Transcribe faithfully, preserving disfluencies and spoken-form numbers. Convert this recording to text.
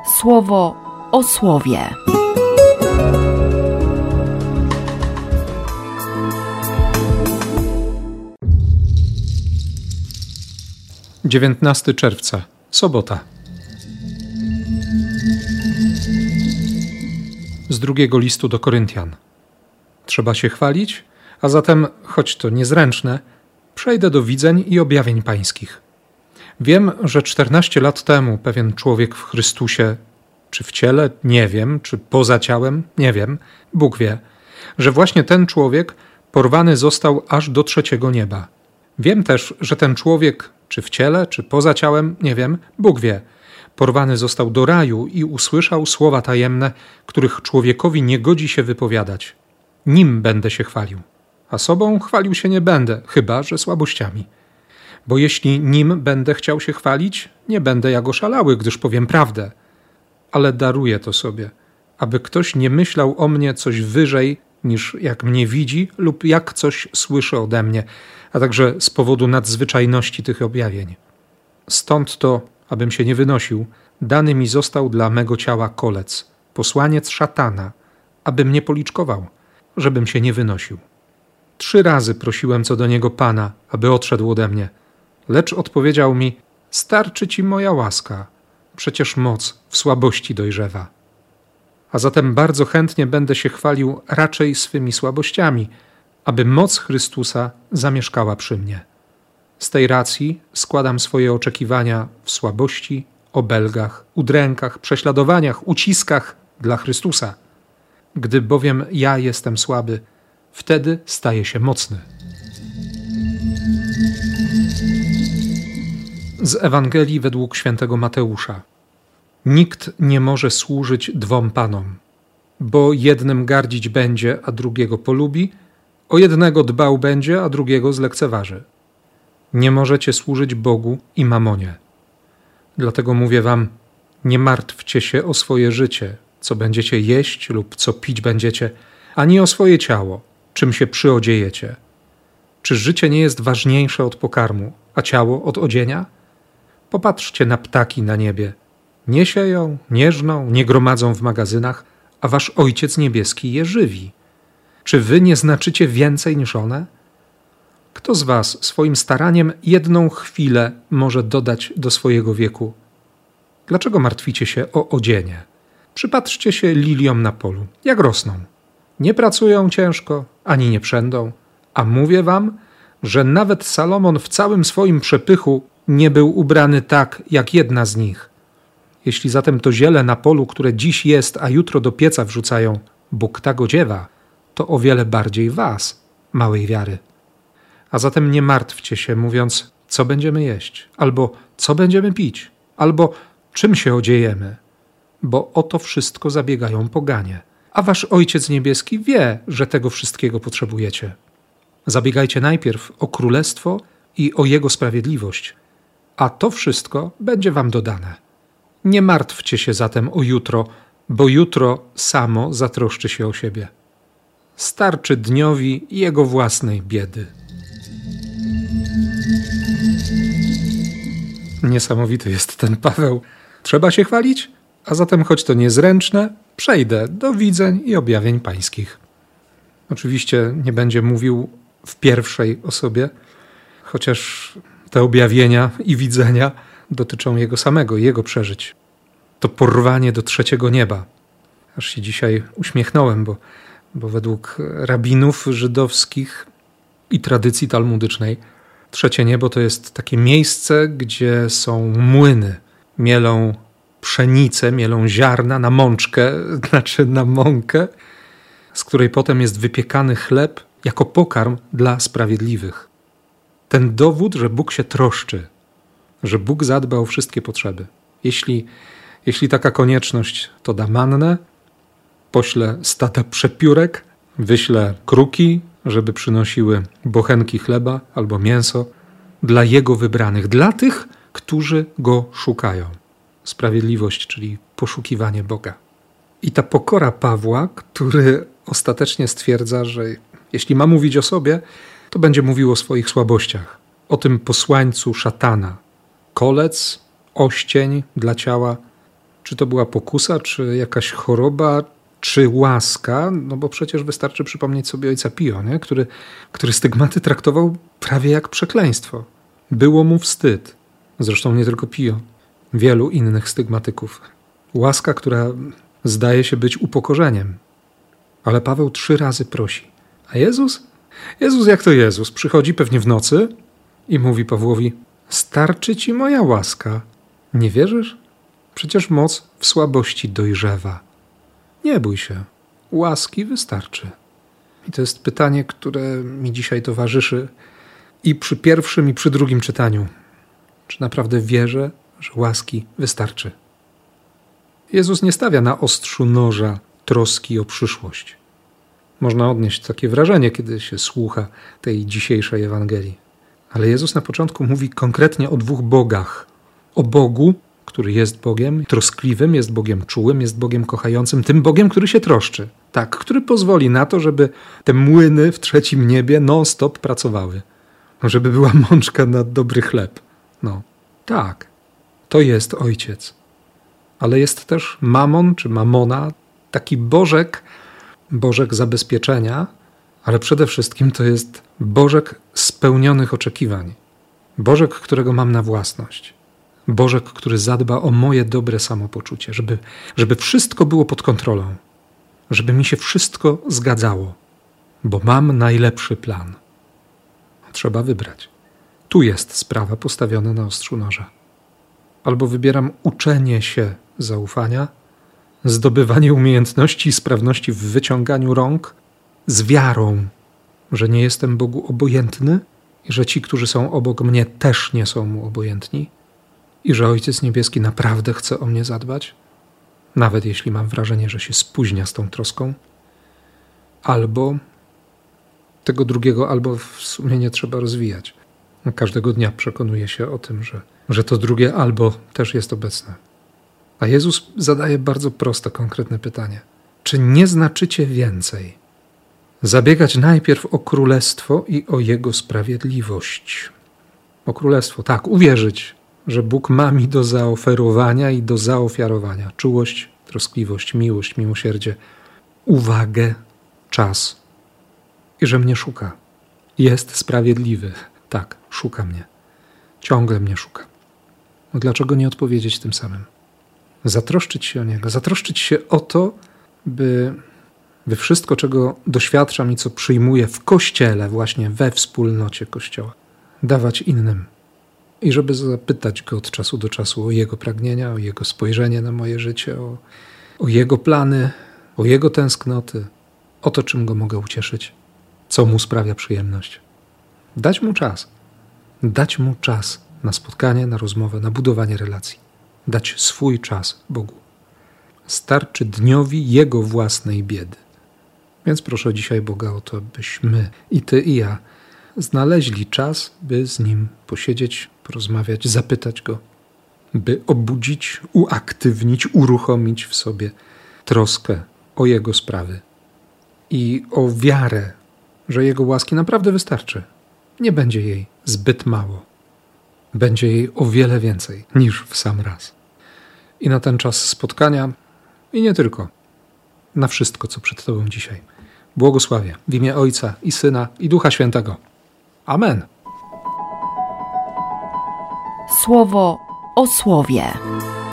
Słowo o słowie. dziewiętnastego czerwca, sobota. Z drugiego listu do Koryntian. Trzeba się chwalić, a zatem, choć to niezręczne, przejdę do widzeń i objawień pańskich. Wiem, że czternaście lat temu pewien człowiek w Chrystusie, czy w ciele, nie wiem, czy poza ciałem, nie wiem, Bóg wie, że właśnie ten człowiek porwany został aż do trzeciego nieba. Wiem też, że ten człowiek, czy w ciele, czy poza ciałem, nie wiem, Bóg wie, porwany został do raju i usłyszał słowa tajemne, których człowiekowi nie godzi się wypowiadać. Nim będę się chwalił, a sobą chwalił się nie będę, chyba że słabościami. Bo jeśli nim będę chciał się chwalić, nie będę jak oszalały, gdyż powiem prawdę. Ale daruję to sobie, aby ktoś nie myślał o mnie coś wyżej niż jak mnie widzi lub jak coś słyszy ode mnie, a także z powodu nadzwyczajności tych objawień. Stąd to, abym się nie wynosił, dany mi został dla mego ciała kolec, posłaniec szatana, aby mnie policzkował, żebym się nie wynosił. Trzy razy prosiłem co do niego Pana, aby odszedł ode mnie, lecz odpowiedział mi: starczy ci moja łaska, przecież moc w słabości dojrzewa. A zatem bardzo chętnie będę się chwalił raczej swymi słabościami, aby moc Chrystusa zamieszkała przy mnie. Z tej racji składam swoje oczekiwania w słabości, obelgach, udrękach, prześladowaniach, uciskach dla Chrystusa. Gdy bowiem ja jestem słaby, wtedy staję się mocny. Z Ewangelii według świętego Mateusza. Nikt nie może służyć dwom panom, bo jednym gardzić będzie, a drugiego polubi, o jednego dbał będzie, a drugiego zlekceważy. Nie możecie służyć Bogu i mamonie. Dlatego mówię wam, nie martwcie się o swoje życie, co będziecie jeść lub co pić będziecie, ani o swoje ciało, czym się przyodziejecie. Czy życie nie jest ważniejsze od pokarmu, a ciało od odzienia? Popatrzcie na ptaki na niebie. Nie sieją, nie żną, nie gromadzą w magazynach, a wasz Ojciec Niebieski je żywi. Czy wy nie znaczycie więcej niż one? Kto z was swoim staraniem jedną chwilę może dodać do swojego wieku? Dlaczego martwicie się o odzienie? Przypatrzcie się liliom na polu, jak rosną. Nie pracują ciężko, ani nie przędą, a mówię wam, że nawet Salomon w całym swoim przepychu nie był ubrany tak, jak jedna z nich. Jeśli zatem to ziele na polu, które dziś jest, a jutro do pieca wrzucają, Bóg tak odziewa, to o wiele bardziej was, małej wiary. A zatem nie martwcie się, mówiąc, co będziemy jeść, albo co będziemy pić, albo czym się odziejemy, bo o to wszystko zabiegają poganie. A wasz Ojciec Niebieski wie, że tego wszystkiego potrzebujecie. Zabiegajcie najpierw o królestwo i o Jego sprawiedliwość, a to wszystko będzie wam dodane. Nie martwcie się zatem o jutro, bo jutro samo zatroszczy się o siebie. Starczy dniowi jego własnej biedy. Niesamowity jest ten Paweł. Trzeba się chwalić? A zatem, choć to niezręczne, przejdę do widzeń i objawień pańskich. Oczywiście nie będzie mówił w pierwszej osobie, chociaż te objawienia i widzenia dotyczą jego samego, jego przeżyć. To porwanie do trzeciego nieba. Aż się dzisiaj uśmiechnąłem, bo, bo według rabinów żydowskich i tradycji talmudycznej trzecie niebo to jest takie miejsce, gdzie są młyny, mielą pszenicę, mielą ziarna na mączkę, znaczy na mąkę, z której potem jest wypiekany chleb jako pokarm dla sprawiedliwych. Ten dowód, że Bóg się troszczy, że Bóg zadba o wszystkie potrzeby. Jeśli, jeśli taka konieczność, to da mannę, pośle stada przepiórek, wyśle kruki, żeby przynosiły bochenki chleba albo mięso dla Jego wybranych, dla tych, którzy Go szukają. Sprawiedliwość, czyli poszukiwanie Boga. I ta pokora Pawła, który ostatecznie stwierdza, że jeśli ma mówić o sobie, to będzie mówił o swoich słabościach, o tym posłańcu szatana. Kolec, oścień dla ciała, Czy to była pokusa, czy jakaś choroba, czy łaska? No bo przecież wystarczy przypomnieć sobie ojca Pio, nie? Który, który stygmaty traktował prawie jak przekleństwo. Było mu wstyd. Zresztą nie tylko Pio. Wielu innych stygmatyków. Łaska, która zdaje się być upokorzeniem. Ale Paweł trzy razy prosi. A Jezus? Jezus jak to Jezus? Przychodzi pewnie w nocy i mówi Pawłowi: starczy ci moja łaska. Nie wierzysz? Przecież moc w słabości dojrzewa. Nie bój się. Łaski wystarczy. I to jest pytanie, które mi dzisiaj towarzyszy i przy pierwszym, i przy drugim czytaniu. Czy naprawdę wierzę, że łaski wystarczy? Jezus nie stawia na ostrzu noża troski o przyszłość. Można odnieść takie wrażenie, kiedy się słucha tej dzisiejszej Ewangelii. Ale Jezus na początku mówi konkretnie o dwóch bogach. O Bogu, który jest Bogiem troskliwym, jest Bogiem czułym, jest Bogiem kochającym, tym Bogiem, który się troszczy. Tak, który pozwoli na to, żeby te młyny w trzecim niebie non-stop pracowały. Żeby była mączka na dobry chleb. No, tak, to jest Ojciec. Ale jest też Mamon czy Mamona, taki Bożek, Bożek zabezpieczenia, ale przede wszystkim to jest Bożek spełnionych oczekiwań. Bożek, którego mam na własność. Bożek, który zadba o moje dobre samopoczucie, żeby, żeby wszystko było pod kontrolą, żeby mi się wszystko zgadzało, bo mam najlepszy plan. Trzeba wybrać. Tu jest sprawa postawiona na ostrzu noża. Albo wybieram uczenie się zaufania, zdobywanie umiejętności i sprawności w wyciąganiu rąk z wiarą, że nie jestem Bogu obojętny i że ci, którzy są obok mnie, też nie są Mu obojętni i że Ojciec Niebieski naprawdę chce o mnie zadbać, nawet jeśli mam wrażenie, że się spóźnia z tą troską. Albo tego drugiego albo w sumie nie trzeba rozwijać. Każdego dnia przekonuję się o tym, że, że to drugie albo też jest obecne. A Jezus zadaje bardzo proste, konkretne pytanie. Czy nie znaczycie więcej zabiegać najpierw o królestwo i o Jego sprawiedliwość? O królestwo, tak, uwierzyć, że Bóg ma mi do zaoferowania i do zaofiarowania czułość, troskliwość, miłość, miłosierdzie, uwagę, czas i że mnie szuka. Jest sprawiedliwy, tak, szuka mnie. Ciągle mnie szuka. No dlaczego nie odpowiedzieć tym samym? Zatroszczyć się o Niego, zatroszczyć się o to, by, by wszystko, czego doświadczam i co przyjmuję w Kościele, właśnie we wspólnocie Kościoła, dawać innym. I żeby zapytać Go od czasu do czasu o Jego pragnienia, o Jego spojrzenie na moje życie, o, o Jego plany, o Jego tęsknoty, o to, czym Go mogę ucieszyć, co Mu sprawia przyjemność. Dać Mu czas. Dać Mu czas na spotkanie, na rozmowę, na budowanie relacji. Dać swój czas Bogu. Starczy dniowi Jego własnej biedy. Więc proszę dzisiaj Boga o to, byśmy, i Ty, i ja, znaleźli czas, by z Nim posiedzieć, porozmawiać, zapytać Go, by obudzić, uaktywnić, uruchomić w sobie troskę o Jego sprawy i o wiarę, że Jego łaski naprawdę wystarczy. Nie będzie jej zbyt mało. Będzie jej o wiele więcej niż w sam raz. I na ten czas spotkania, i nie tylko, na wszystko, co przed Tobą dzisiaj. Błogosławię w imię Ojca i Syna i Ducha Świętego. Amen. Słowo o słowie.